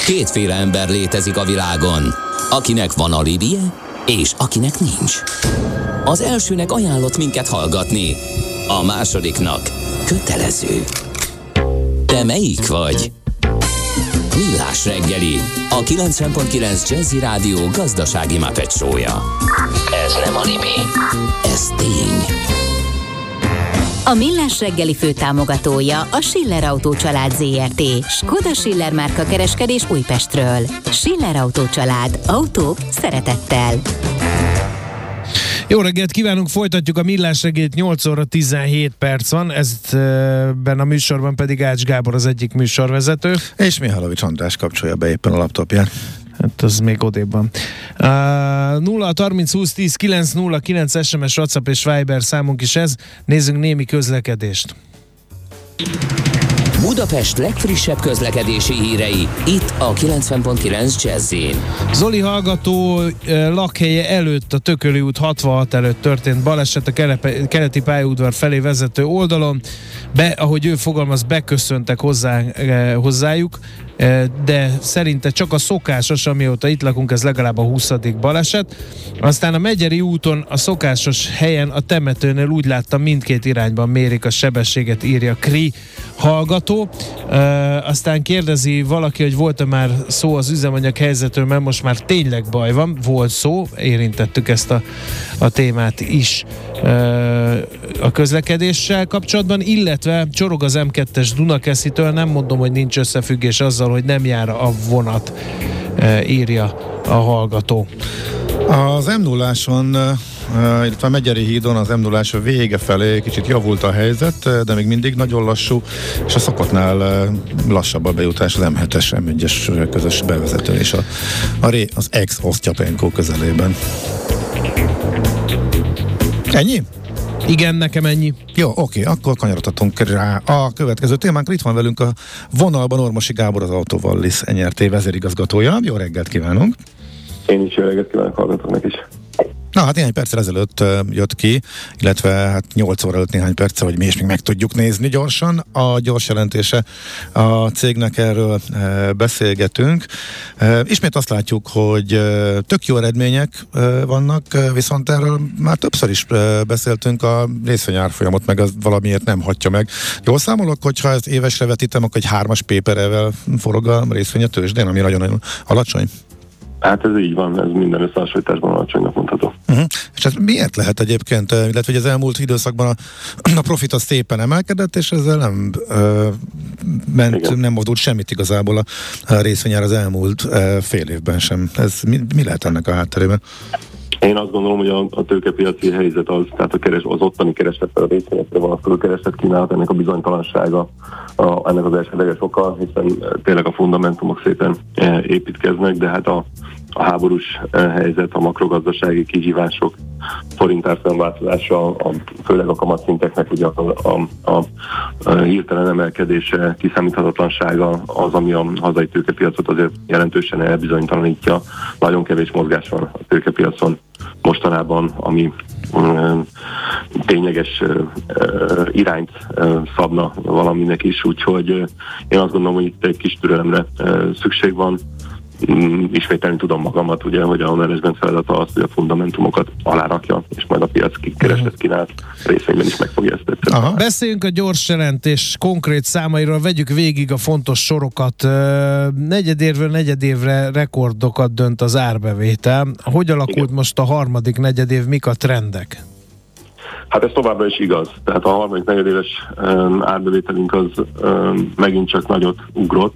Kétféle ember létezik a világon, akinek van alibije, és akinek nincs. Az elsőnek ajánlott minket hallgatni, a másodiknak kötelező. Te melyik vagy? Millás reggeli, a 90.9 Jazzy Rádió gazdasági Muppet show-ja. Ez nem anime, ez tény. A Millás reggeli főtámogatója a Schiller Autó család ZRT. Skoda Schiller márka kereskedés Újpestről. Schiller Autó család. Autók szeretettel. Jó reggelt kívánunk, folytatjuk a Millás reggelit, 8 óra 17 perc van, ezben a műsorban pedig Ács Gábor az egyik műsorvezető. És Mihálovics András kapcsolja be éppen a laptopját. Hát az még odébb van. 0 30 20 10 909 SMS, WhatsApp és Viber számunk is ez. Nézzünk némi közlekedést. Budapest legfrissebb közlekedési hírei, itt a 90.9 Jazz-in. Zoli hallgató lakhelye előtt, a Tököli út 66 előtt történt baleset a keleti pályaudvar felé vezető oldalon. Ahogy ő fogalmaz, beköszöntek hozzájuk, de szerinte csak a szokásos, amióta itt lakunk, ez legalább a 20. baleset. Aztán a Megyeri úton a szokásos helyen a temetőnél úgy láttam, mindkét irányban mérik a sebességet, írja Kri hallgató. Aztán kérdezi valaki, hogy volt-e már szó az üzemanyag helyzetről, mert most már tényleg baj van. Volt szó, érintettük ezt a témát is a közlekedéssel kapcsolatban, illetve csorog az M2-es Dunakeszitől, nem mondom, hogy nincs összefüggés azzal, hogy nem jár a vonat, írja a hallgató. Az M0-áson, illetve a Megyeri hídon az M0-ás vége felé kicsit javult a helyzet, de még mindig nagyon lassú, és a szokottnál lassabb a bejutás az M7-es, M1-es közös bevezető, és az ex-Osztyapenko közelében. Ennyi? Igen, nekem ennyi. Jó, oké, akkor kanyarodhatunk rá a következő témánkra. Itt van velünk a vonalban Ormosi Gábor, az Autovallis NRT vezérigazgatója. Jó reggelt kívánunk! Én is jó reggelt kívánok hallgatóknak is. Na, hát néhány perccel ezelőtt jött ki, illetve hát 8 óra előtt néhány perccel, hogy mi is még meg tudjuk nézni gyorsan. A gyors jelentése a cégnek, erről beszélgetünk. Ismét azt látjuk, hogy tök jó eredmények vannak, viszont erről már többször is beszéltünk, a részvényárfolyamot meg az valamiért nem hagyja meg. Jól számolok, hogyha ezt évesre vetítem, akkor egy 3-as péperevel forog a részvény a tőzsdén, ami nagyon-nagyon alacsony. Hát ez így van, ez minden összehasonlításban alacsonynak mondható. És ez miért lehet egyébként, illetve hogy az elmúlt időszakban a profit az szépen emelkedett, és ezzel nem mozdult semmit igazából a részvényár az elmúlt fél évben sem. Ez mi lehet ennek a hátterében? Én azt gondolom, hogy a tőkepiaci helyzet az, tehát az ottani kereslettel, a részvényekre vonatkozó kereslet kínálat, ennek a bizonytalansága, ennek az elsődleges oka, hiszen tényleg a fundamentumok szépen építkeznek, a háborús helyzet, a makrogazdasági kihívások, forintárfolyam változása, főleg a kamatszinteknek ugye a hirtelen emelkedése, kiszámíthatatlansága az, ami a hazai tőkepiacot azért jelentősen elbizonytalanítja. Nagyon kevés mozgás van a tőkepiacon mostanában, ami tényleges irányt szabna valaminek is, úgyhogy én azt gondolom, hogy itt egy kis türelemre szükség van. Ismételni tudom magamat, ugye, hogy a menedzsment feladata az, hogy a fundamentumokat alárakja, és majd a piac kereslet kínált részvényben is meg fogja ezt tetszeni. Beszéljünk a gyors jelentés konkrét számairól, vegyük végig a fontos sorokat. Negyedévre rekordokat dönt az árbevétel. Hogy alakult most a harmadik negyedév, mik a trendek? Hát ez továbbra is igaz. Tehát a harmadik negyedéves árbevételünk az megint csak nagyot ugrott.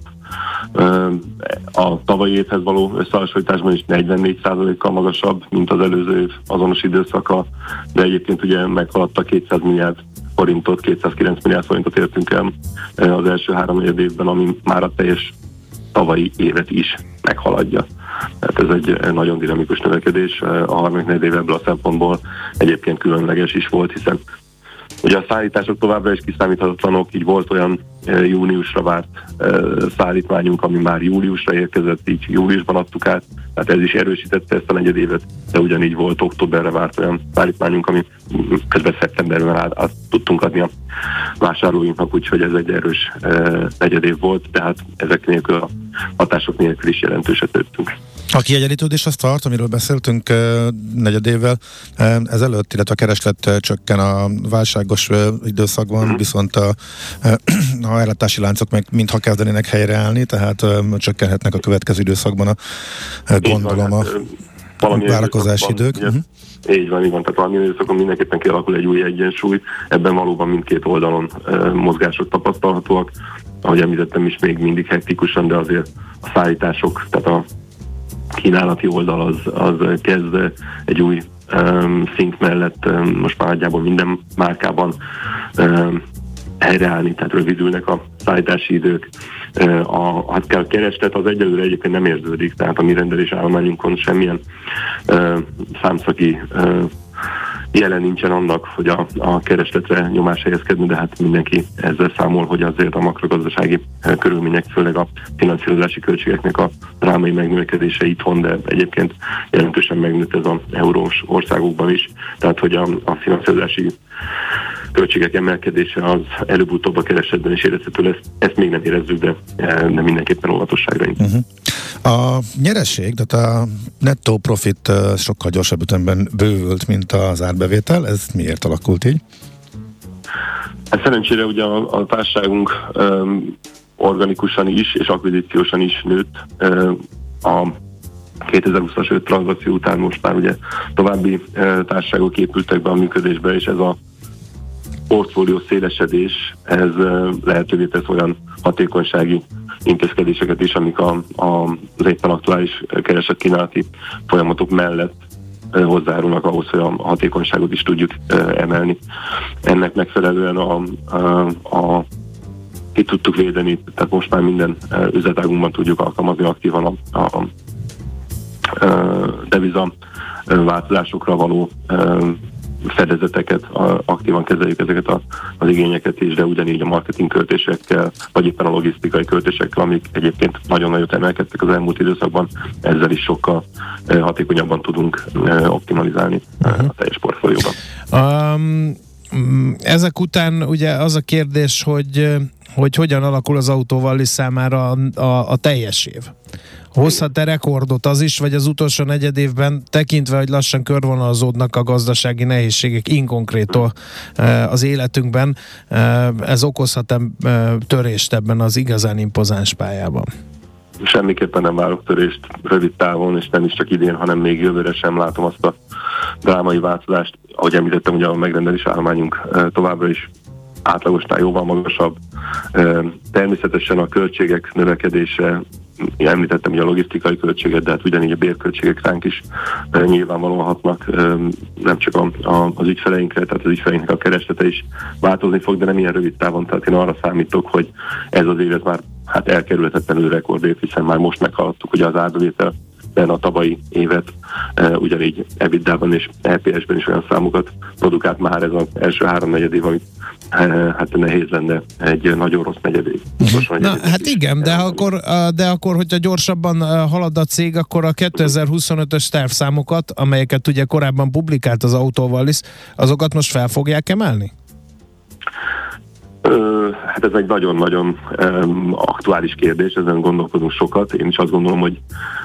A tavalyi évhez való összehasonlításban is 44%-kal magasabb, mint az előző év azonos időszaka, de egyébként ugye meghaladta 200 milliárd forintot, 209 milliárd forintot értünk el az első 3 évben, ami már a teljes tavalyi évet is meghaladja. Tehát ez egy nagyon dinamikus növekedés. A harmadik negyedév ebből a szempontból egyébként különleges is volt, hiszen ugye a szállítások továbbra is kiszámíthatatlanok, így volt olyan júniusra várt szállítmányunk, ami már júliusra érkezett, így júliusban adtuk át, tehát ez is erősítette ezt a negyedévet, de ugyanígy volt októberre várt olyan szállítmányunk, ami közben szeptemberben át tudtunk adni a vásárlóinknak, úgyhogy ez egy erős negyedév volt, tehát ezek nélkül a hatások nélkül is jelentőset tettünk. A kiegyenlítődés azt tart, amiről beszéltünk negyedévvel ezelőtt, illetve a kereslet csökken a válságos időszakban, viszont a ellátási láncok meg mintha kezdenének helyreállni, tehát csökkenhetnek a következő időszakban gondolom a várakozási idők. Így van, tehát valamilyen időszakon mindenképpen kialakul egy új egyensúly, ebben valóban mindkét oldalon mozgások tapasztalhatóak. Ahogy említettem is, még mindig hektikusan, de azért a szállítások, tehát a kínálati oldal az kezd egy új szint mellett most már nagyjából minden márkában helyreállni, tehát rövidülnek a szállítási idők. A kereslet az egyelőre egyébként nem érződik, tehát a mi rendelés állományunkon semmilyen számszaki jelen nincsen annak, hogy a keresletre nyomás helyezkedni, de hát mindenki ezzel számol, hogy azért a makrogazdasági körülmények, főleg a finanszírozási költségeknek a drámai megnövekedése itthon, de egyébként jelentősen megnőtt ez az eurós országokban is, tehát hogy a finanszírozási költségek emelkedése az előbb-utóbb a keresletben is érezhető lesz. Ezt még nem érezzük, de mindenképpen óvatosságra inkább. A nyereség, tehát a nettó profit sokkal gyorsabb ütemben bővült, mint az árbevétel. Ez miért alakult így? Hát szerencsére ugye a társaságunk organikusan is és akvizíciósan is nőtt. A 2020-as 5 tranzakció után most már ugye további társaságok épültek be a működésbe, és ez a portfólió szélesedés, ez lehetővé tesz olyan hatékonysági intézkedéseket is, amik az éppen aktuális kereslet-kínálati folyamatok mellett hozzájárulnak ahhoz, hogy a hatékonyságot is tudjuk emelni. Ennek megfelelően ki tudtuk védeni, tehát most már minden üzletágunkban tudjuk alkalmazni aktívan a deviza változásokra való fedezeteket, aktívan kezeljük ezeket az igényeket is, de ugyanígy a marketing költésekkel, vagy éppen a logisztikai költésekkel, amik egyébként nagyon nagyot emelkedtek az elmúlt időszakban, ezzel is sokkal hatékonyabban tudunk optimalizálni a teljes portfólióban. Ezek után ugye az a kérdés, hogy hogyan alakul az Autovallis számára a teljes év. Hozhat-e rekordot az is, vagy az utolsó negyed évben, tekintve, hogy lassan körvonalazódnak a gazdasági nehézségek inkonkrétól az életünkben, ez okozhat-e törést ebben az igazán impozáns pályában? Semmiképpen nem várok törést rövid távon, és nem is csak idén, hanem még jövőre sem látom azt a drámai változást. Ahogy említettem, ugye a megrendelés állományunk továbbra is átlagosnál jóval magasabb. Természetesen a költségek növekedése, említettem ugye a logisztikai költséget, de hát ugyanígy a bérköltségek ránk is nyilvánvalóan hatnak, nem csak az ügyfeleinkre, tehát az ügyfeleinknek a kereslete is változni fog, de nem ilyen rövid távon, tehát én arra számítok, hogy ez az évet már elkerülhetetlenül rekordév, hiszen már most meghaladtuk ugye az árbevételben a tavalyi évet, ugyanígy EBITDA-ban és EPS-ben is olyan számokat produkált már ez az első 3-4 év, amit hát nehéz lenne egy nagyon rossz negyedév. Hát igen, de akkor, hogyha gyorsabban halad a cég, akkor a 2025-ös tervszámokat, amelyeket ugye korábban publikált az Autovallis, azokat most fel fogják emelni? Hát ez egy nagyon-nagyon aktuális kérdés, ezen gondolkodunk sokat. Én is azt gondolom, hogy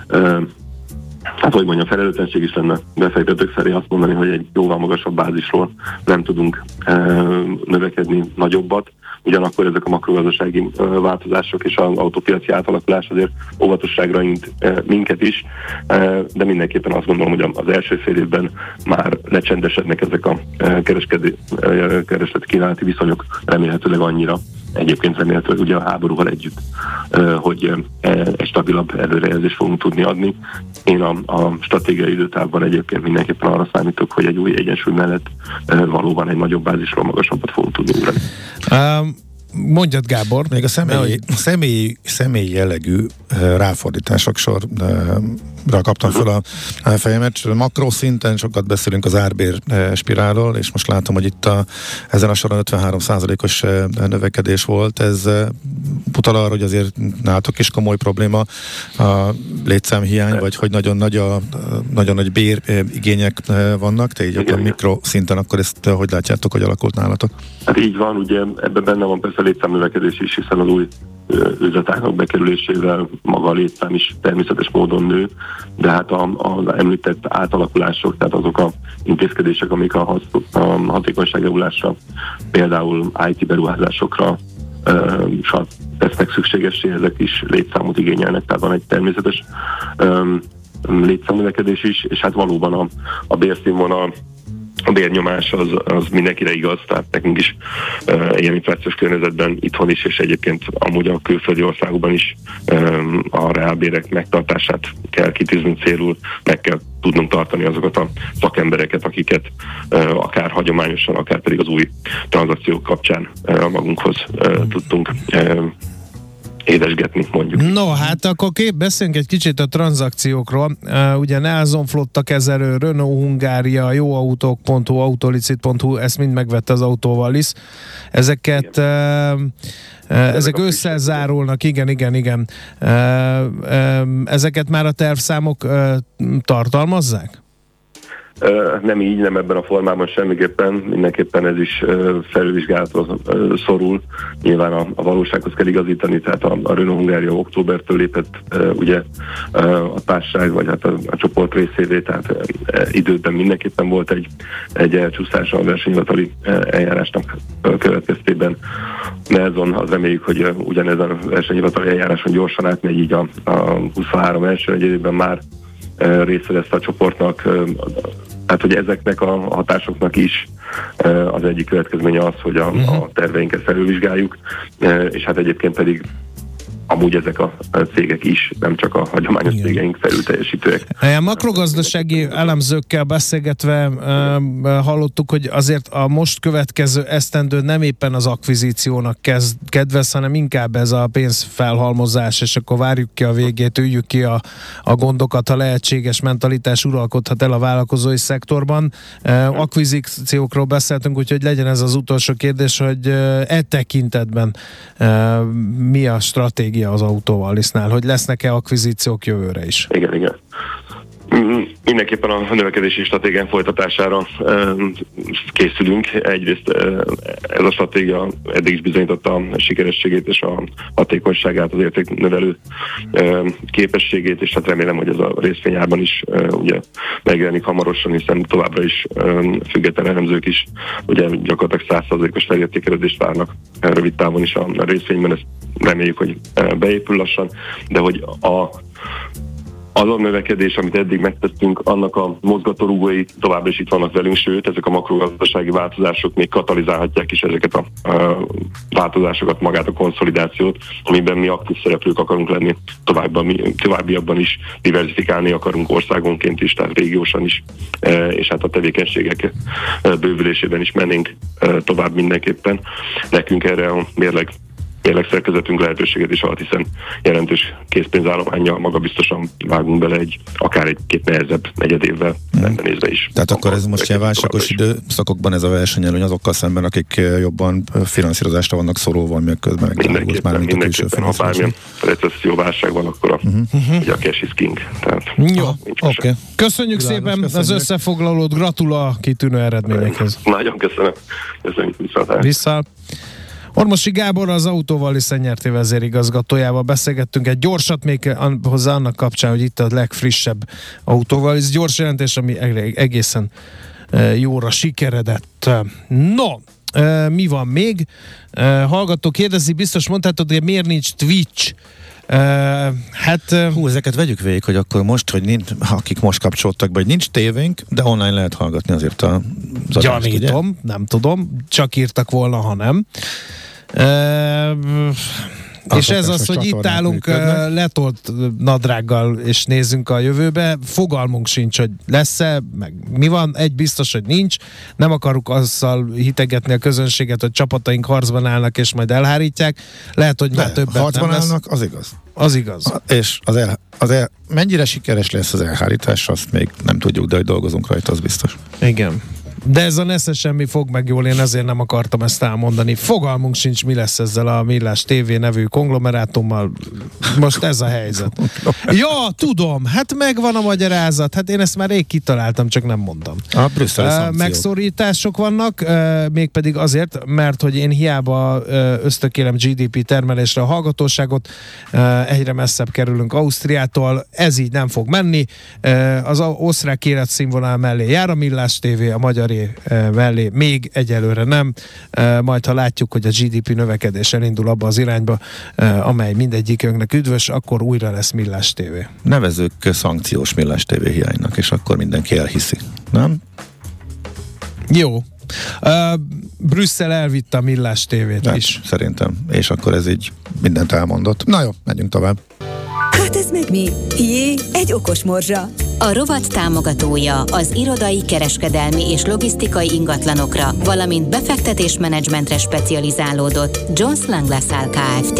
felelőtlenség is lenne befektetők felé azt mondani, hogy egy jóval magasabb bázisról nem tudunk növekedni nagyobbat. Ugyanakkor ezek a makrogazdasági változások és az autópiaci átalakulás azért óvatosságra int minket is, de mindenképpen azt gondolom, hogy az első fél évben már lecsendesednek ezek a kereslet kínálati viszonyok remélhetőleg annyira, egyébként remélhetőleg ugye a háborúval együtt, hogy egy stabilabb előrejelzést fogunk tudni adni. Én a stratégiai időtávban egyébként mindenképpen arra számítok, hogy egy új egyensúly mellett valóban egy nagyobb bázisról magasabbat fogunk tudni ugrani. Mondjad, Gábor. Még a személyi jellegű ráfordítások kaptam fel a fejemet. Makro szinten sokat beszélünk az árbér spirálról, és most látom, hogy itt ezen a soron 53%-os növekedés volt. Ez utal arra, hogy azért nálatok is komoly probléma a létszámhiány, vagy hogy nagyon nagy bérigények vannak, te így a mikro szinten, akkor ezt hogy látjátok, hogy alakult nálatok? Hát így van, ugye ebben benne van persze a létszámnövekedés is, hiszen az új üzletágnak bekerülésével maga a létszám is természetes módon nő, de hát az említett átalakulások, tehát azok a intézkedések, amik a hatékonyságjavulásra, például IT beruházásokra tesznek szükségessé, ezek is létszámot igényelnek, tehát van egy természetes létszámnövekedés is, és hát valóban a bérszínvonal, a bérnyomás az mindenkire igaz, tehát nekünk is ilyen inflációs környezetben itthon is, és egyébként amúgy a külföldi országokban is a reálbérek megtartását kell kitűzni célul, meg kell tudnunk tartani azokat a szakembereket, akiket akár hagyományosan, akár pedig az új tranzakciók kapcsán magunkhoz tudtunk édesgetni, mondjuk. No, hát akkor beszéljünk egy kicsit a tranzakciókról. Ugye Nelson Flotta kezelő, Renault Hungária, jóautók.hu, autolicit.hu, ezt mind megvette az Autóvalis. Ezeket ezek összezárulnak, igen. Ezeket már a tervszámok tartalmazzák? Nem így, nem ebben a formában semmiképpen, mindenképpen ez is felülvizsgálatra szorul. Nyilván a valósághoz kell igazítani, tehát a Renault Hungária októbertől lépett ugye a társaság, vagy hát a csoport részévé, tehát időben mindenképpen volt egy elcsúszás a versenyhivatali eljárásnak következtében. Nelson, az reméljük, hogy ugyanez a versenyhivatali eljáráson gyorsan átmegy, így a 23 első negyedében már része lesz a csoportnak, tehát hogy ezeknek a hatásoknak is az egyik következménye az, hogy a terveinket felülvizsgáljuk, és hát egyébként pedig amúgy ezek a cégek is, nem csak a hagyományos cégeink felülteljesítőek. A makrogazdasági elemzőkkel beszélgetve hallottuk, hogy azért a most következő esztendő nem éppen az akvizíciónak kedvez, hanem inkább ez a pénzfelhalmozás, és akkor várjuk ki a végét, üljük ki a gondokat, a lehetséges mentalitás uralkodhat el a vállalkozói szektorban. Akvizíciókról beszéltünk, úgyhogy legyen ez az utolsó kérdés, hogy tekintetben mi a stratégia az Autóvalisnál, hogy lesznek-e akvizíciók jövőre is? Igen. Mindenképpen a növekedési stratégián folytatására készülünk. Egyrészt ez a stratégia eddig is bizonyította a sikerességét és a hatékonyságát, az értéknövelő képességét, és hát remélem, hogy ez a részvényárban is ugye megjelenik hamarosan, hiszen továbbra is független elemzők is ugye gyakorlatilag 100%-os felértékelődést várnak rövid távon is a részvényben, ezt reméljük, hogy beépül lassan, de hogy az a növekedés, amit eddig megtettünk, annak a mozgatórugói továbbra is itt vannak velünk, sőt, ezek a makrogazdasági változások még katalizálhatják is ezeket a változásokat, magát a konszolidációt, amiben mi aktív szereplők akarunk lenni, továbbiakban is diversifikálni akarunk országonként is, tehát régiósan is, és hát a tevékenységek bővülésében is mennénk tovább mindenképpen. Nekünk erre a mérleg szerkezetünk lehetőséget is ad, hiszen jelentős készpénzállománnyal magabiztosan vágunk bele akár egy-két nehezebb negyedévvel nézve is. Tehát akkor ez most ilyen válságos időszakokban ez a versenyelőny azokkal szemben, akik jobban finanszírozásra vannak szorulva, ami közben megdárult már, mint a külső finanszírozás. Ha bármilyen recesszió válság van, akkor ugye a cash is king. Tehát, jó, oké. Köszönjük szépen az összefoglalót, gratulál a kitűnő eredményekhez. Nagyon köszönöm. Köszönjük vissza. Ormosi Gábor, az Autóvalis NRT vezérigazgatójával beszélgettünk egy gyorsat még hozzá annak kapcsán, hogy itt a legfrissebb Autóvalis gyors jelentés, ami egészen jóra sikeredett. No, mi van még? Hallgató kérdezi, biztos mondhatod, hogy miért nincs Twitch? Ezeket vegyük végig, hogy akkor most, hogy akik most kapcsoltak be, hogy nincs tévénk, de online lehet hallgatni azért az adást, gyanítom, nem tudom, csak írtak volna, ha nem. És ez az, hogy itt állunk letolt nadrággal, és nézzünk a jövőbe, fogalmunk sincs, hogy lesz-e, meg mi van, egy biztos, hogy nincs, nem akarjuk azzal hitegetni a közönséget, hogy csapataink harcban állnak, és majd elhárítják, lehet, hogy már többet harcban nem lesz. állnak, az igaz. Az igaz. És mennyire sikeres lesz az elhárítás, azt még nem tudjuk, de hogy dolgozunk rajta, az biztos. Igen. De ez a nesze semmi fog meg jól, én ezért nem akartam ezt elmondani. Fogalmunk sincs, mi lesz ezzel a Millás TV nevű konglomerátummal. Most ez a helyzet. Ja, tudom, hát megvan a magyarázat. Hát én ezt már rég kitaláltam, csak nem mondtam. A brüsszeli szankciók. Megszorítások vannak, mégpedig azért, mert hogy én hiába ösztökélem GDP termelésre a hallgatóságot, egyre messzebb kerülünk Ausztriától, ez így nem fog menni. Az osztrák életszínvonal mellé jár a Millás TV, a magyar mellé még egyelőre nem, majd ha látjuk, hogy a GDP növekedés elindul abba az irányba, amely mindegyikünknek üdvös, akkor újra lesz Millás TV. Nevezzük szankciós Millás TV hiánynak, és akkor mindenki elhiszi, nem? Jó. Brüsszel elvitte a Millás TV-t hát, is. Szerintem. És akkor ez így mindent elmondott. Na jó, megyünk tovább. Hát ez meg mi? Jé, egy okos morzsa. A rovat támogatója az irodai, kereskedelmi és logisztikai ingatlanokra, valamint befektetésmenedzsmentre specializálódott Jones Lang LaSalle Kft.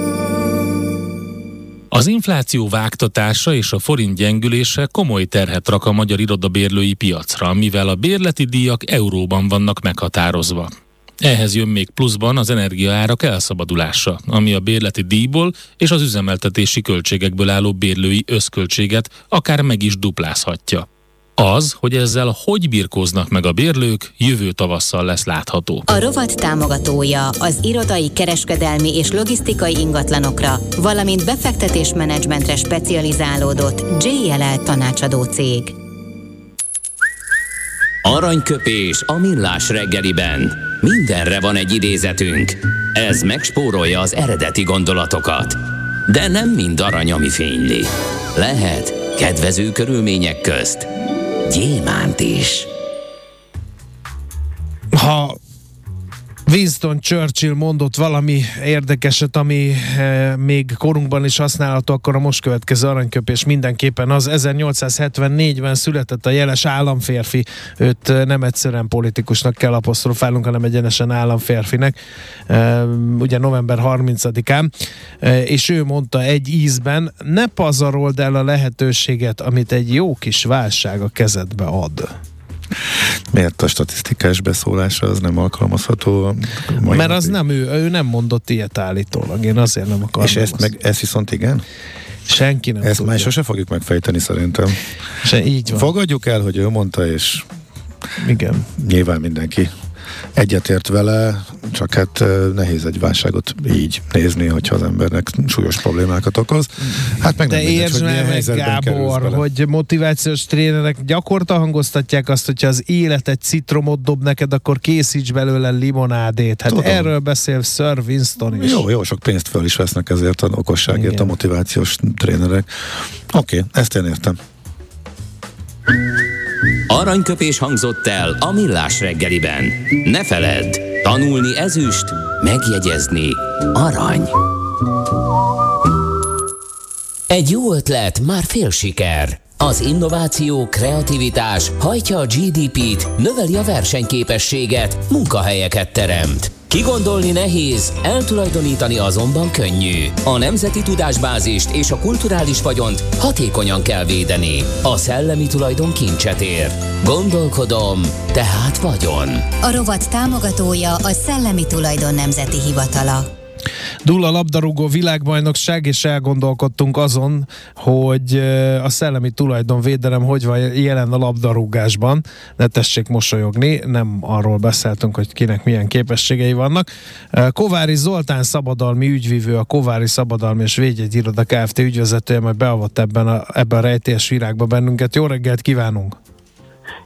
Az infláció vágtatása és a forint gyengülése komoly terhet rak a magyar irodabérlői piacra, mivel a bérleti díjak euróban vannak meghatározva. Ehhez jön még pluszban az energiaárak elszabadulása, ami a bérleti díjból és az üzemeltetési költségekből álló bérlői összköltséget akár meg is duplázhatja. Az, hogy ezzel hogy birkóznak meg a bérlők, jövő tavasszal lesz látható. A rovat támogatója az irodai, kereskedelmi és logisztikai ingatlanokra, valamint befektetésmenedzsmentre specializálódott JLL tanácsadó cég. Aranyköpés a Millás reggeliben. Mindenre van egy idézetünk. Ez megspórolja az eredeti gondolatokat. De nem mind arany, ami fényli. Lehet kedvező körülmények közt gyémánt is. Ha Winston Churchill mondott valami érdekeset, ami még korunkban is használható, akkor a most következő aranyköpés mindenképpen az. 1874-ben született a jeles államférfi, őt nem egyszerűen politikusnak kell apostrofálnunk, hanem egyenesen államférfinek, ugye november 30-án, és ő mondta egy ízben: ne pazarold el a lehetőséget, amit egy jó kis válság a kezedbe ad. Miért a statisztikás beszólása az nem alkalmazható? Mert az nem ő nem mondott ilyet állítólag, én azért nem akarom. És ezt viszont igen? Senki nem ezt tudja. már sose fogjuk megfejteni szerintem. Így van. Fogadjuk el, hogy ő mondta, és igen. Nyilván mindenki egyetért vele, csak hát nehéz egy válságot így nézni, hogyha az embernek súlyos problémákat okoz. Hát meg de nem mindegy, hogy milyen helyzetben Gábor, hogy motivációs trénerek gyakorta hangoztatják azt, hogyha az élet egy citromot dob neked, akkor készíts belőle limonádét. Hát tudom. Erről beszél Sir Winston is. Jó, sok pénzt föl is vesznek ezért a okosságért. Igen. A motivációs trénerek. Oké, ezt én értem. Aranyköpés hangzott el a Millás reggeliben. Ne feledd, tanulni ezüst, megjegyezni arany. Egy jó ötlet már fél siker. Az innováció, kreativitás hajtja a GDP-t, növeli a versenyképességet, munkahelyeket teremt. Kigondolni nehéz, eltulajdonítani azonban könnyű. A nemzeti tudásbázist és a kulturális vagyont hatékonyan kell védeni. A szellemi tulajdon kincset ér. Gondolkodom, tehát vagyon. A rovat támogatója a Szellemi Tulajdon Nemzeti Hivatala. Dúl a labdarúgó világbajnokság, és elgondolkodtunk azon, hogy a szellemi tulajdonvédelem hogy van jelen a labdarúgásban. Ne tessék mosolyogni, nem arról beszéltünk, hogy kinek milyen képességei vannak. Kovári Zoltán szabadalmi ügyvívő, a Kovári Szabadalmi és Védjegyiroda Kft. Ügyvezetője majd beavat ebben a rejtélyes világba bennünket. Jó reggelt kívánunk!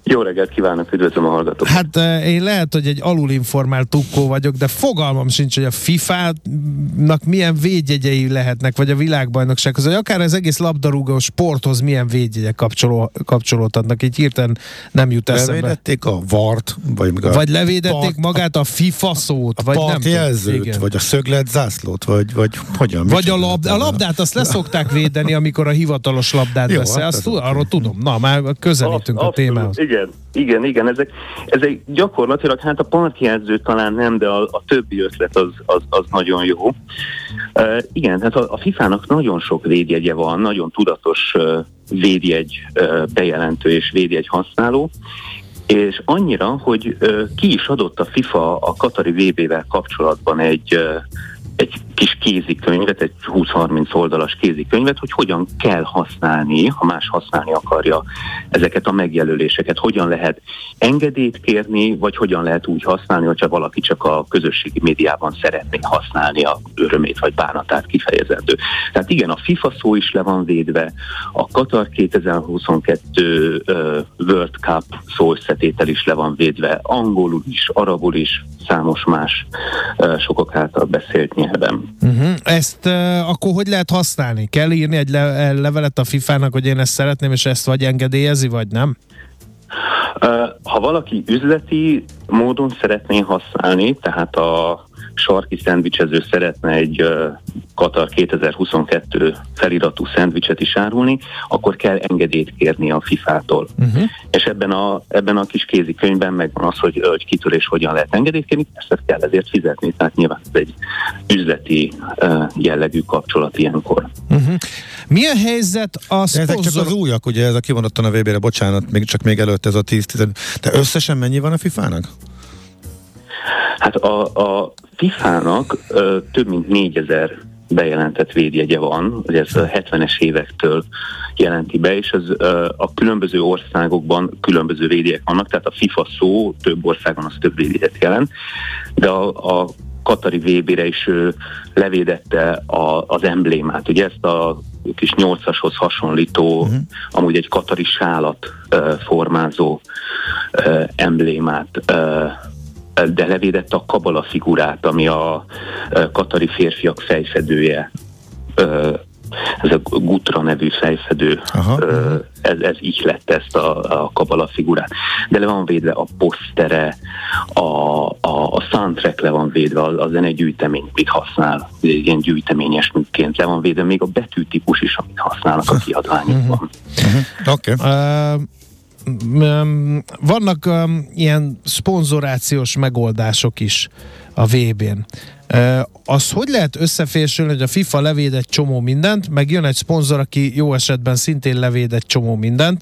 Jó reggelt kívánok, üdvözlöm a hallgatókat. Hát én lehet, hogy egy alulinformált tukkó vagyok, de fogalmam sincs, hogy a FIFA-nak milyen védjegyei lehetnek, vagy a világbajnoksághoz, vagy akár az egész labdarúgó sporthoz milyen védjegyek kapcsolódhatnak. Így hirtelen nem jut eszembe. Levédették a VAR-t, vagy levédették magát a FIFA szót, vagy nem partjelzőt, vagy a szöglet zászlót, vagy hogyan? Vagy a labdát, azt leszokták védeni, amikor a hivatalos labdát veszel. Azt arról tudom. Na, már közelítünk a témához. Igen, ezek gyakorlatilag, hát a partjelző talán nem, de a többi ötlet az nagyon jó. Igen, hát a FIFA-nak nagyon sok védjegye van, nagyon tudatos védjegy bejelentő és védjegy használó, és annyira, hogy ki is adott a FIFA a katari VB-vel kapcsolatban egy kis kézikönyvet, egy 20-30 oldalas kézikönyvet, hogy hogyan kell használni, ha más használni akarja ezeket a megjelöléseket, hogyan lehet engedélyt kérni, vagy hogyan lehet úgy használni, hogyha valaki csak a közösségi médiában szeretné használni a örömét vagy bánatát kifejezendő. Tehát igen, a FIFA szó is le van védve, a Katar 2022 World Cup szóösszetétel is le van védve, angolul is, arabul is, számos más sokak által beszélt nyelven. Ezt akkor hogy lehet használni? Kell írni egy levelet a FIFA-nak, hogy én ezt szeretném, és ezt vagy engedélyezi, vagy nem? Ha valaki üzleti módon szeretné használni, tehát a sarki szendvicsező szeretne egy Katar 2022 feliratú szendvicset is árulni, akkor kell engedélyt kérni a FIFA-tól. És ebben a kis kézikönyvben megvan az, hogy kitől és hogyan lehet engedélyt kérni, ezt kell ezért fizetni, tehát nyilván ez egy üzleti jellegű kapcsolat ilyenkor. Mi a helyzet a ezek csak az újak, ugye ez a kivonottan a VB-re, bocsánat, még előtt ez a 10-10. De összesen mennyi van a FIFA-nak? Hát a FIFA-nak több mint 4000 bejelentett védjegye van, ugye ez a 70-es évektől jelenti be, és ez a különböző országokban különböző védjegyek vannak, tehát a FIFA szó több országon az több védjegyet jelent, de a katari VB-re is levédette az emblémát, ugye ezt a kis 8-ashoz hasonlító, amúgy egy katari sálat formázó emblémát, de levédette a kabala figurát, ami a katari férfiak fejfedője. Ez a Gutra nevű fejfedő, ez így lett ezt a kabala figurát. De le van védve a posztere, a soundtrack le van védve, a zenegyűjtemény, mit használ, ilyen gyűjteményes műként le van védve, még a betűtípus is, amit használnak a kiadványokban. Oké. Vannak ilyen szponzorációs megoldások is a VB-n. Az hogy lehet összefésülni, hogy a FIFA levéd egy csomó mindent, meg jön egy szponzor, aki jó esetben szintén levéd egy csomó mindent,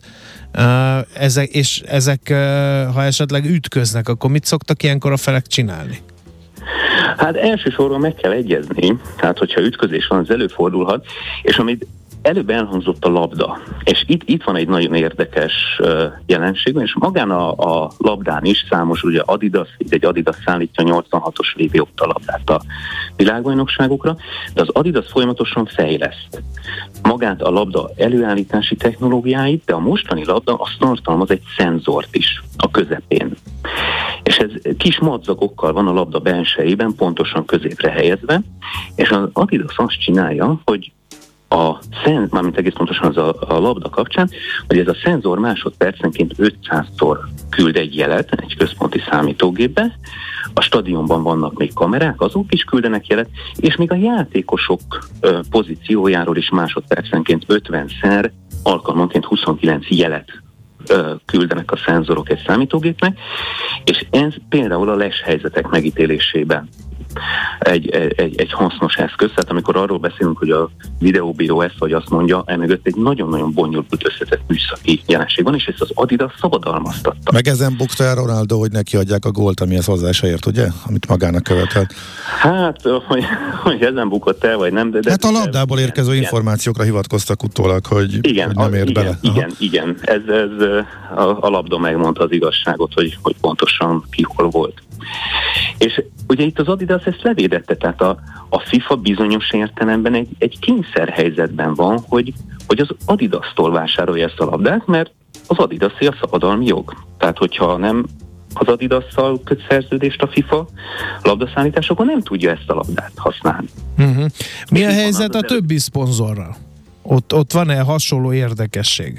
ezek ha esetleg ütköznek, akkor mit szoktak ilyenkor a felek csinálni? Hát elsősorban meg kell egyezni, tehát hogyha ütközés van, az előfordulhat, és amit előbb elhangzott a labda, és itt van egy nagyon érdekes jelenség, és magán a labdán is számos, ugye egy Adidas szállítja 86-os VB óta labdát a világbajnokságokra, de az Adidas folyamatosan fejleszt magát a labda előállítási technológiáit, de a mostani labda azt tartalmaz egy szenzort is a közepén. És ez kis madzagokkal van a labda belsejében, pontosan középre helyezve, és az Adidas azt csinálja, hogy mármint egész pontosan az a labda kapcsán, hogy ez a szenzor másodpercenként 500-szor küld egy jelet egy központi számítógépbe, a stadionban vannak még kamerák, azok is küldenek jelet, és még a játékosok pozíciójáról is másodpercenként 50-szer, alkalmanként 29 jelet küldenek a szenzorok egy számítógépnek, és ez például a leshelyzetek megítélésében egy hasznos eszköz, tehát amikor arról beszélünk, hogy a videóbíró ezt vagy azt mondja, emögött egy nagyon-nagyon bonyolult összetett műszaki jelenség van, és ezt az Adidas szabadalmaztatta. Meg ezen bukta el Ronaldo, hogy neki adják a gólt, amihez hozzá se ért, ugye? Amit magának követelt. Hát, hogy ezen bukott el, vagy nem, de... Hát a labdából érkező információkra hivatkoztak utólag, hogy nem ért bele. Igen. Ez a labda megmondta az igazságot, hogy pontosan ki hol volt. És ugye itt az Adidas ezt levédette, tehát a FIFA bizonyos értelemben egy kényszerhelyzetben van, hogy az Adidas-tól vásárolja ezt a labdát, mert az Adidas-é a szabadalmi jog. Tehát, hogyha nem az Adidasszal köt szerződést a FIFA labdaszállításokon, nem tudja ezt a labdát használni. Mi a helyzet a többi szponzorral? Ott van-e hasonló érdekesség?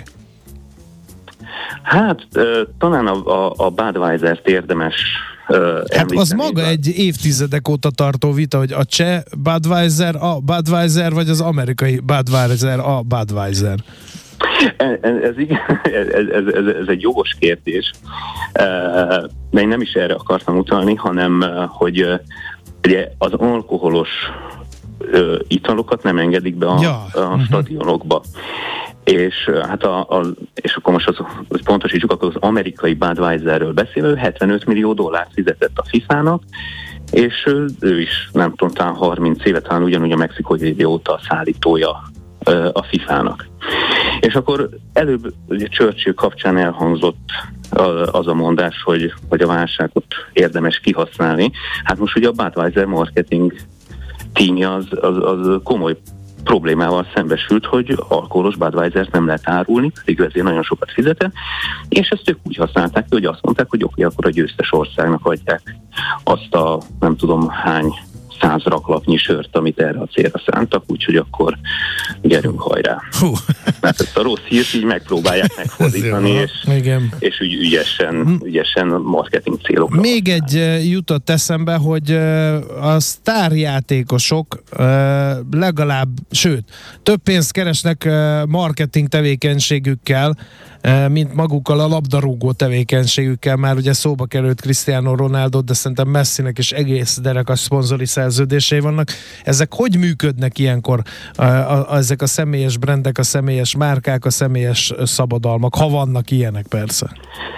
Hát talán a Budweiser-t érdemes hát az maga egy évtizedek óta tartó vita, hogy a cseh Budweiser a Budweiser, vagy az amerikai Budweiser a Budweiser. Ez egy jogos kérdés, de én nem is erre akartam utalni, hanem hogy ugye az alkoholos italokat nem engedik be a stadionokba. És hát és akkor most az pontosítsuk, akkor az amerikai Budweiserről beszélő $75 millió fizetett a FIFA-nak, és ő is nem tudom, talán 30 éve, talán ugyanúgy a mexikói VB óta a szállítója a FIFA-nak. És akkor előbb ugye Churchill kapcsán elhangzott az a mondás, hogy a válságot érdemes kihasználni. Hát most ugye a Budweiser marketing tímje az komoly problémával szembesült, hogy alkoholos Budweisert nem lehet árulni, pedig ezért nagyon sokat fizetett, és ezt ők úgy használták, hogy azt mondták, hogy oké, akkor a győztes országnak adják azt a nem tudom hány 100 raklapnyi sört, amit erre a célra szántak, úgyhogy akkor gyerünk hajrá. Mert ezt a rossz hírt így megpróbálják megfordítani, és úgy ügyesen marketing célokra. Még egy jutott eszembe, hogy a sztárjátékosok legalább, sőt, több pénzt keresnek marketing tevékenységükkel, mint magukkal a labdarúgó tevékenységükkel. Már ugye szóba került Cristiano Ronaldo, de szerintem Messinek is egész derek a szponzori szerződései vannak. Ezek hogy működnek ilyenkor? Ezek a személyes brandek, a személyes márkák, a személyes szabadalmak, ha vannak ilyenek persze.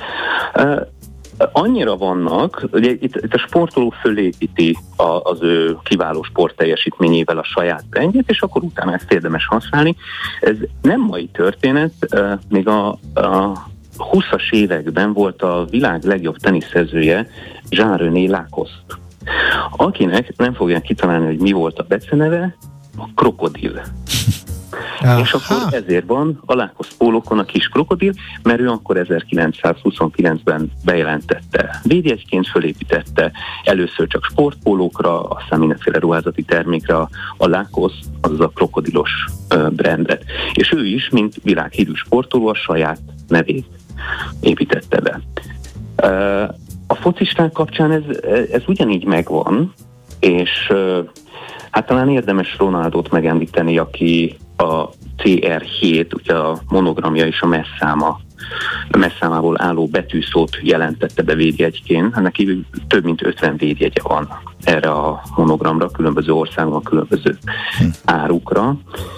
Annyira vannak, ugye itt a sportoló fölépíti az ő kiváló sportteljesítményével a saját brandjét, és akkor utána ezt érdemes használni. Ez nem mai történet, még a 20-as években volt a világ legjobb teniszezője Jean-René Lacoste, akinek nem fogják kitalálni, hogy mi volt a beceneve, a krokodil. És akkor ezért van a Lacoste pólókon a kis krokodil, mert ő akkor 1929-ben bejelentette. Védjegyként fölépítette először csak sportpólókra, aztán mindenféle ruházati termékre a Lacoste, azaz a krokodilos brandet. És ő is, mint világhírű sportoló, a saját nevét építette be. A focisták kapcsán ez ugyanígy megvan, és hát talán érdemes Ronaldot megemlíteni, aki a CR7, ugye a monogramja és a messzámából álló betűszót jelentette be védjegyként. Ennek kívül több mint 50 védjegye van erre a monogramra, különböző országban, különböző árukra.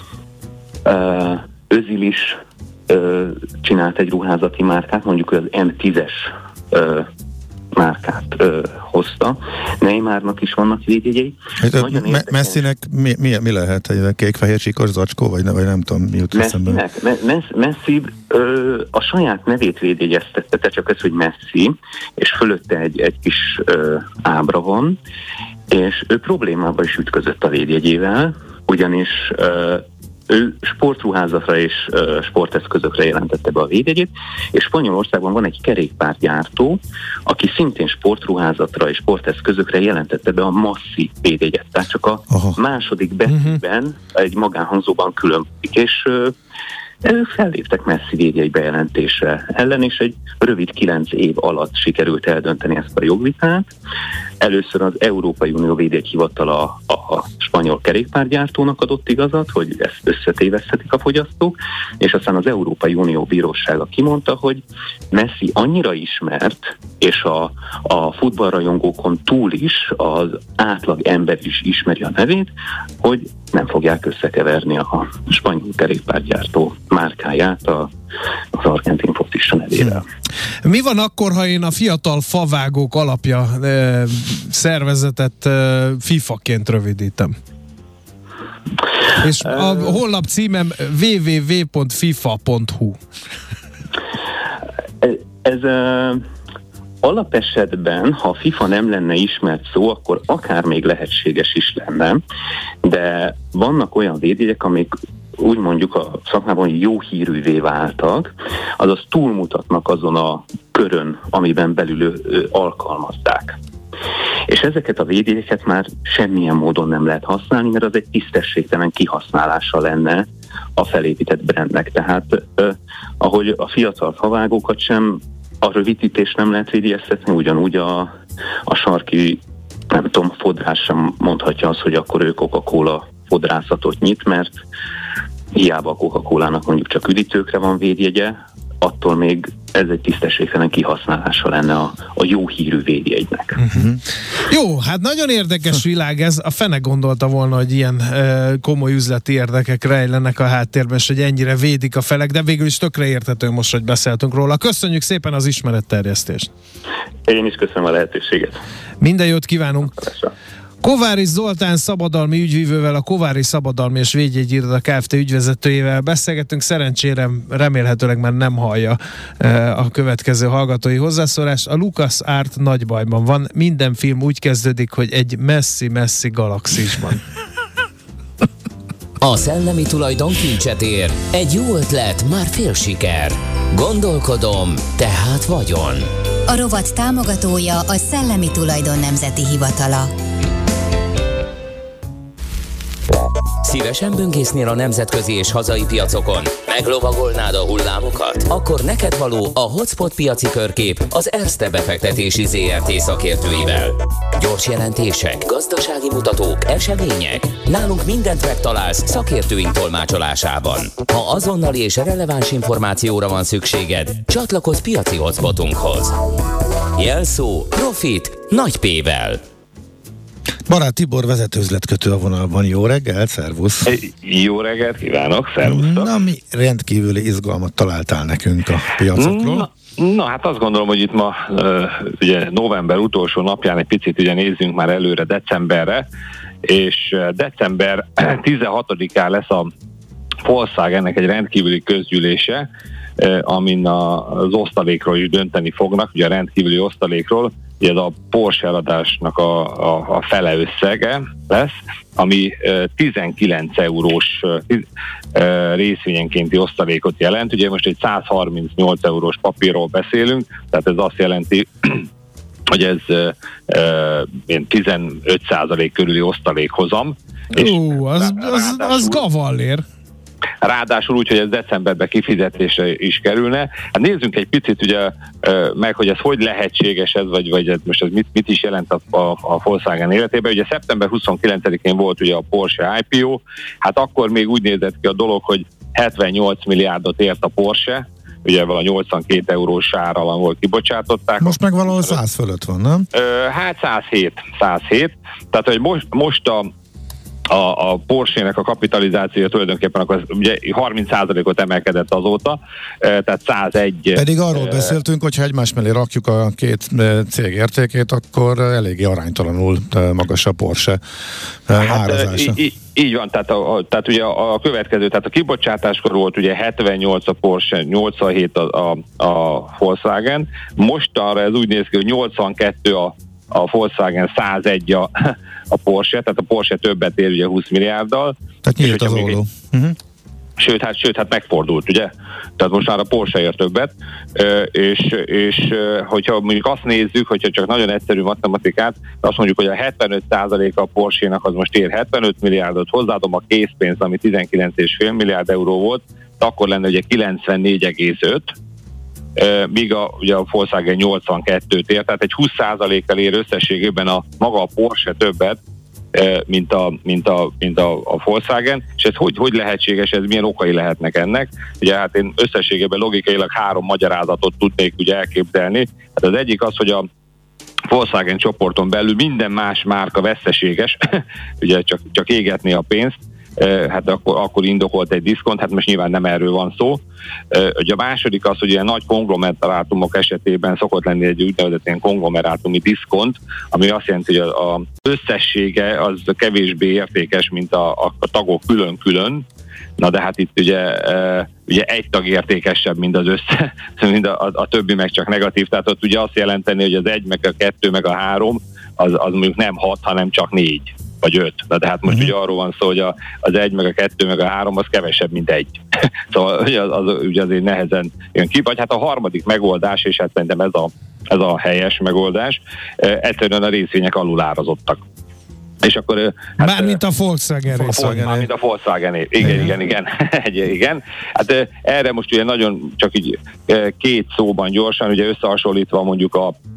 Özil is csinált egy ruházati márkát, mondjuk az M10-es márkát hozta. Neymarnak is vannak védjegyei. Messinek mi lehet? Egy kék-fehér csíkos zacskó? Vagy nem tudom, mi jut eszembe. Messi a saját nevét védjegyeztette, csak ez, hogy Messi, és fölötte egy kis ábra van, és ő problémába is ütközött a védjegyével, ugyanis ő sportruházatra és sporteszközökre jelentette be a védjegyét, és Spanyolországban van egy kerékpárgyártó, aki szintén sportruházatra és sporteszközökre jelentette be a Massi védjegyet. Tehát csak a második betűben egy magánhangzóban különbözik, és ők felléptek Messi védjegy bejelentése ellen, és egy rövid 9 év alatt sikerült eldönteni ezt a jogvitát. Először az Európai Unió védjegyhivatala a spanyol kerékpárgyártónak adott igazat, hogy ezt összetéveszthetik a fogyasztók, és aztán az Európai Unió bírósága kimondta, hogy Messi annyira ismert, és a futballrajongókon túl is az átlag ember is ismeri a nevét, hogy nem fogják összekeverni a spanyol kerékpárgyártó márkáját az argentin focista nevével. Mi van akkor, ha én a Fiatal Favágók Alapja szervezetet FIFA-ként rövidítem? És a honlap címem www.fifa.hu. Ez alapesetben, ha a FIFA nem lenne ismert szó, akkor akár még lehetséges is lenne, de vannak olyan védjegyek, amik úgy mondjuk a szakmában jó hírűvé váltak, azaz túlmutatnak azon a körön, amiben belül alkalmazták. És ezeket a védjegyeket már semmilyen módon nem lehet használni, mert az egy tisztességtelen kihasználása lenne a felépített brandnek. Tehát ahogy a fiatal favágókat sem, a rövidítést nem lehet védjegyeztetni, ugyanúgy a sarki, nem tudom, fodrás sem mondhatja azt, hogy akkor ő Coca-Cola fodrászatot nyit, mert hiába a Coca-Colának mondjuk csak üdítőkre van védjegye, attól még ez egy tisztességtelen kihasználása lenne a jó hírű védjegynek. Jó, hát nagyon érdekes világ ez. A fene gondolta volna, hogy ilyen komoly üzleti érdekek rejlenek a háttérben, és hogy ennyire védik a felek, de végül is tökre érthető most, hogy beszéltünk róla. Köszönjük szépen az ismeretterjesztést. Én is köszönöm a lehetőséget. Minden jót kívánunk. Kováris Zoltán szabadalmi ügyvívővel, a Kováris Szabadalmi és Védjegyiroda Kft. Ügyvezetőjével beszélgettünk. Szerencsére remélhetőleg már nem hallja a következő hallgatói hozzászólást. A LucasArts nagy bajban van. Minden film úgy kezdődik, hogy egy messzi-messzi galaxisban. A szellemi tulajdon kincset ér. Egy jó ötlet, már fél siker. Gondolkodom, tehát vagyon. A rovat támogatója a Szellemi Tulajdon Nemzeti Hivatala. Szívesen böngésznél a nemzetközi és hazai piacokon? Meglovagolnád a hullámokat? Akkor neked való a Hotspot piaci körkép az Erste befektetési ZRT szakértőivel. Gyors jelentések, gazdasági mutatók, események. Nálunk mindent megtalálsz szakértőink tolmácsolásában. Ha azonnali és releváns információra van szükséged, csatlakozz piaci hotspotunkhoz. Jelszó Profit nagy P-vel. Barát Tibor vezetőüzletkötő a vonalban. Jó reggelt, szervusz! Jó reggelt kívánok, szervusztok! Na, mi rendkívüli izgalmat találtál nekünk a piacokról? Na hát azt gondolom, hogy itt ma ugye november utolsó napján egy picit ugye nézzünk már előre decemberre, és december 16-án lesz a Volkswagennek egy rendkívüli közgyűlése, amin az osztalékról is dönteni fognak, ugye a rendkívüli osztalékról. Ez a Porsche eladásnak a fele összege lesz, ami 19 eurós részvényenkénti osztalékot jelent. Ugye most egy 138 eurós papírról beszélünk, tehát ez azt jelenti, hogy ez 15% körüli osztalékhozam. Az gavallér. Ráadásul úgy, hogy ez decemberben kifizetésre is kerülne. Hát nézzünk egy picit ugye meg, hogy ez hogy lehetséges ez, vagy ez most ez mit is jelent a Volkswagen életében. Ugye szeptember 29-én volt ugye a Porsche IPO, hát akkor még úgy nézett ki a dolog, hogy 78 milliárdot ért a Porsche, ugye vala 82 eurós árral volt kibocsátották. Most meg valahol 100 fölött van, nem? Hát 107. Tehát, hogy most a Porsche-nek a kapitalizációja tulajdonképpen akkor ugye 30%-ot emelkedett azóta, tehát 101... Pedig arról beszéltünk, hogy ha egymás mellé rakjuk a két cég értékét, akkor eléggé aránytalanul magas a Porsche árazása. Így van, tehát ugye a következő, tehát a kibocsátáskor volt ugye 78 a Porsche, 87 a Volkswagen, mostanra ez úgy néz ki, hogy 82 a Volkswagen, 101 a Porsche, tehát a Porsche többet ér ugye 20 milliárddal. Tehát nyílt az olló. Sőt, hát megfordult, ugye? Tehát most már a Porsche ér többet, és hogyha mondjuk azt nézzük, hogyha csak nagyon egyszerű matematikát, azt mondjuk, hogy a 75% a Porsche-nak az most ér 75 milliárdot, hozzáadom a készpénzt, ami 19,5 milliárd euró volt, akkor lenne ugye 94,5, míg ugye a Volkswagen 82-t ér, tehát egy 20%-kal ér összességében maga a Porsche többet, mint a Volkswagen, és ez hogy lehetséges, ez milyen okai lehetnek ennek? Ugye hát én összességében logikailag 3 magyarázatot tudnék ugye elképzelni. Hát az egyik az, hogy a Volkswagen csoporton belül minden más márka veszteséges, ugye csak égetni a pénzt, hát akkor indokolt egy diszkont, hát most nyilván nem erről van szó. Ugye a második az, hogy ilyen nagy konglomerátumok esetében szokott lenni egy úgynevezett ilyen konglomerátumi diszkont, ami azt jelenti, hogy az összessége az kevésbé értékes, mint a tagok külön-külön. Na de hát itt ugye egy tag értékesebb, mint az mint a többi meg csak negatív, tehát ott ugye azt jelenteni, hogy az 1, meg a 2, meg a 3 az mondjuk nem 6, hanem csak 4. vagy 5. De hát most ugye arról van szó, hogy az 1, meg a 2, meg a 3 az kevesebb, mint 1. Szóval ugye azért nehezen jön ki. Vagy hát a harmadik megoldás, és hát szerintem ez a helyes megoldás, egyszerűen a részvények alulárazottak. És akkor... Mármint a Volkswagen Mármint a Volkswagen. Igen. Hát erre most ugye nagyon csak így két szóban gyorsan, ugye összehasonlítva mondjuk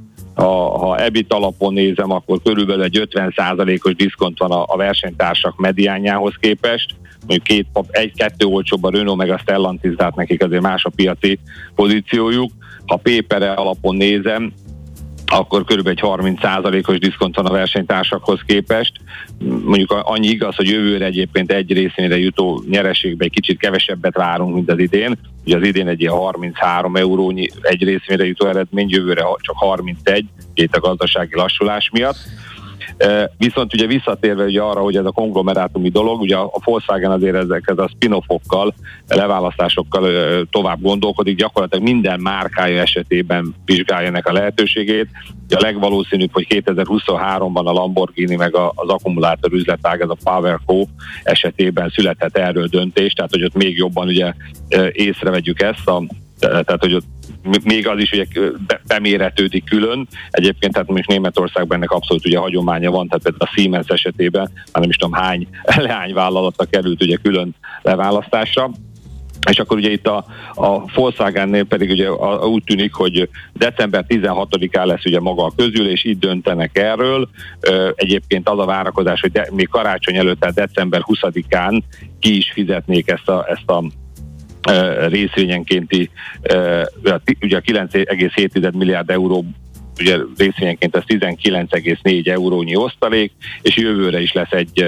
ha EBIT alapon nézem, akkor körülbelül egy 50%-os diszkont van a versenytársak mediánjához képest. Mondjuk egy-kettő olcsóbb a Renault meg a Stellantis, tehát nekik azért más a piaci pozíciójuk. Ha PPR alapon nézem, akkor körülbelül egy 30%-os diszkont van a versenytársakhoz képest. Mondjuk annyi igaz, hogy jövőre egyébként egy részvényre jutó nyereségbe egy kicsit kevesebbet várunk, mint az idén. Ugye az idén egy ilyen 33 eurónyi egy részvényre jutó eredmény, jövőre csak 31, a gazdasági lassulás miatt. Viszont ugye visszatérve ugye arra, hogy ez a konglomerátumi dolog, ugye a Volkswagen azért ezekkel a spin-offokkal, leválasztásokkal tovább gondolkodik, gyakorlatilag minden márkája esetében vizsgálja ennek a lehetőségét. A legvalószínűbb, hogy 2023-ban a Lamborghini meg az akkumulátor üzletág, ez a PowerCo esetében születhet erről döntés, tehát hogy ott még jobban ugye észrevegyük ezt, tehát hogy ott még az is ugye beméretődik külön. Egyébként tehát most Németországban ennek abszolút ugye hagyománya van, tehát például a Siemens esetében, nem is tudom hány leányvállalata került ugye külön leválasztásra. És akkor ugye itt a Volkswagennél pedig ugye úgy tűnik, hogy december 16-án lesz ugye maga a közülés, itt döntenek erről. Egyébként az a várakozás, hogy még karácsony előtt, tehát december 20-án ki is fizetnék ezt a részvényenkénti, ugye a 9,7 milliárd euró ugye részvényenként ez 19,4 eurónyi osztalék, és jövőre is lesz egy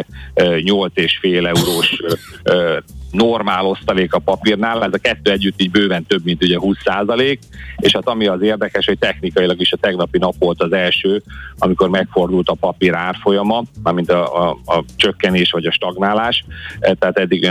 8,5 eurós normál osztalék a papírnál, ez a kettő együtt így bőven több, mint ugye 20%, és hát ami az érdekes, hogy technikailag is a tegnapi nap volt az első, amikor megfordult a papír árfolyama, mármint a csökkenés vagy a stagnálás, tehát eddig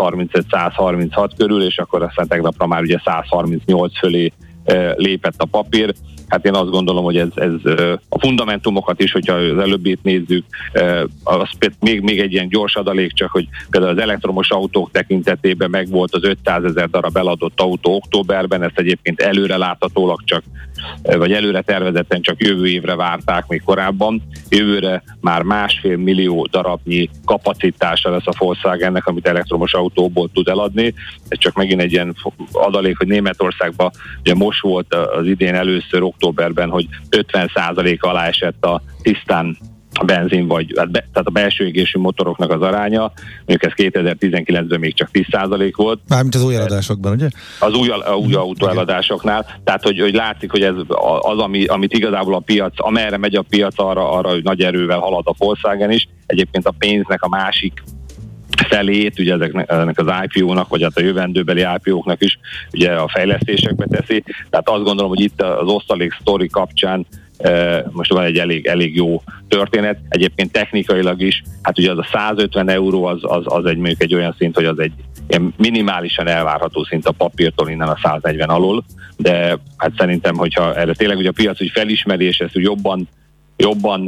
135-136 körül, és akkor aztán tegnapra már ugye 138 fölé lépett a papír. Hát én azt gondolom, hogy ez a fundamentumokat is, hogyha az előbbit nézzük, az még egy ilyen gyors adalék, csak hogy például az elektromos autók tekintetében megvolt az 500 000 darab eladott autó októberben, ezt egyébként előreláthatólag csak, vagy előre tervezetten csak jövő évre várták még korábban. Jövőre már 1,5 millió darabnyi kapacitása lesz a Volkswagennek, amit elektromos autóból tud eladni. Ez csak megint egy ilyen adalék, hogy Németországban ugye most volt az idén először októberben, hogy 50% alá esett a tisztán benzin tehát a belső égésű motoroknak az aránya, mondjuk ez 2019-ben még csak 10% volt. Mármint az új eladásokban, ugye? Az új autóeladásoknál, tehát hogy látszik, hogy ez az, amit igazából a piac, amerre megy a piac, arra hogy nagy erővel halad a Volkswagen is. Egyébként a pénznek a másik felét, ugye ennek az IPO-nak, vagy hát a jövendőbeli IPO-knak is ugye a fejlesztésekbe teszi. Tehát azt gondolom, hogy itt az osztalék sztori kapcsán most van egy elég jó történet. Egyébként technikailag is, hát ugye az a 150 euró az egy olyan szint, hogy az egy ilyen minimálisan elvárható szint a papírtól innen a 140 alul, de hát szerintem, hogyha erre tényleg ugye a piac úgy felismeri, és ezt úgy jobban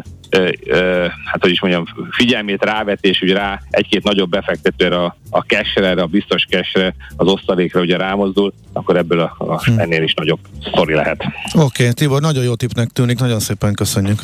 hát hogy is mondjam, figyelmét rávetés, ugye rá egy-két nagyobb befektetőre a cash-re, erre a biztos cash-re, az osztalékra ugye rámozdul, akkor ebből ennél is nagyobb sztori lehet. Oké, Tibor, nagyon jó tippnek tűnik, nagyon szépen köszönjük.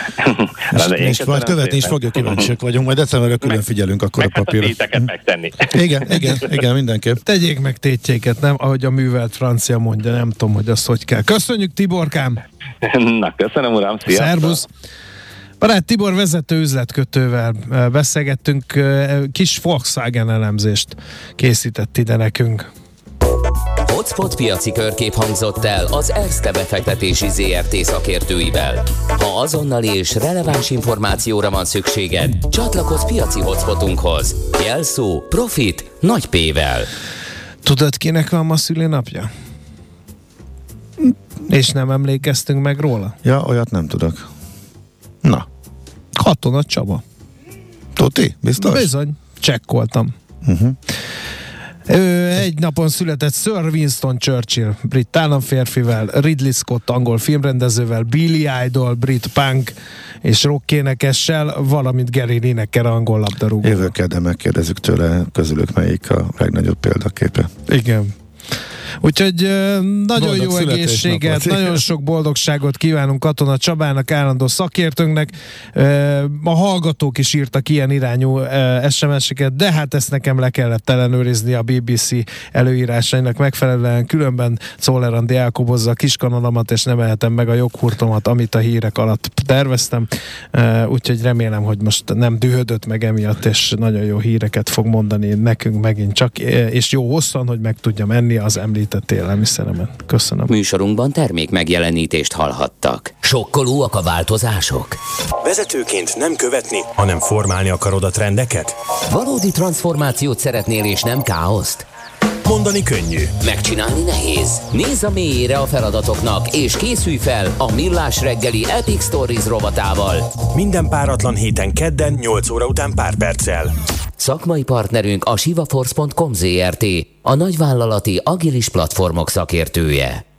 És majd követni is fogjuk, kíváncsiak vagyunk, majd decemberre külön figyelünk akkor a papírra. Megtenni. Igen, mindenképp. Tegyék meg tétjéket, nem? Ahogy a művelt francia mondja, nem tudom, hogy azt hogy kell. Köszönjük, Tiborkám! Na, köszönöm, uram, sziasztok! Szervusz! Barát Tibor vezető üzletkötővel beszélgettünk, kis Volkswagen elemzést készített ide nekünk. Hotspot piaci körkép hangzott el az Erste befektetési ZRT szakértőivel. Ha azonnali és releváns információra van szükséged, csatlakozz piaci hotspotunkhoz. Jelszó Profit nagy P-vel. Tudod, kinek van ma szülinapja? És nem emlékeztünk meg róla? Ja, olyat nem tudok. Na. Katona Csaba. Tuti? Biztos? Bizony, csekkoltam. Egy napon született Sir Winston Churchill, brit államférfivel, Ridley Scott, angol filmrendezővel, Billy Idol, brit punk és rock-énekessel, valamint Gary Lineker, angol labdarúgó. Jövő kedden megkérdezzük tőle, közülük melyik a legnagyobb példaképe. Igen. Úgyhogy nagyon boldog jó egészséget, nagyon sok boldogságot kívánunk Katona Csabának, állandó szakértőnknek. A hallgatók is írtak ilyen irányú SMS-eket, de hát ezt nekem le kellett ellenőrizni a BBC előírásainak megfelelően, különben Czoller Andi elkobozza a kiskanalamat, és nem ehetem meg a joghurtomat, amit a hírek alatt terveztem. Úgyhogy remélem, hogy most nem dühödött meg emiatt, és nagyon jó híreket fog mondani nekünk megint csak, és jó hosszan, hogy meg tudjam enni az említett élelmiszeremet. Köszönöm. Műsorunkban termék megjelenítést hallhattak. Sokkolóak a változások? Vezetőként nem követni, hanem formálni akarod a trendeket? Valódi transformációt szeretnél és nem káoszt? Mondani könnyű, megcsinálni nehéz. Nézz a mélyére a feladatoknak, és készülj fel a Millás reggeli Epic Stories rovatával. Minden páratlan héten kedden 8 óra után pár perccel. Szakmai partnerünk a sivaforce.com Zrt., a nagyvállalati agilis platformok szakértője.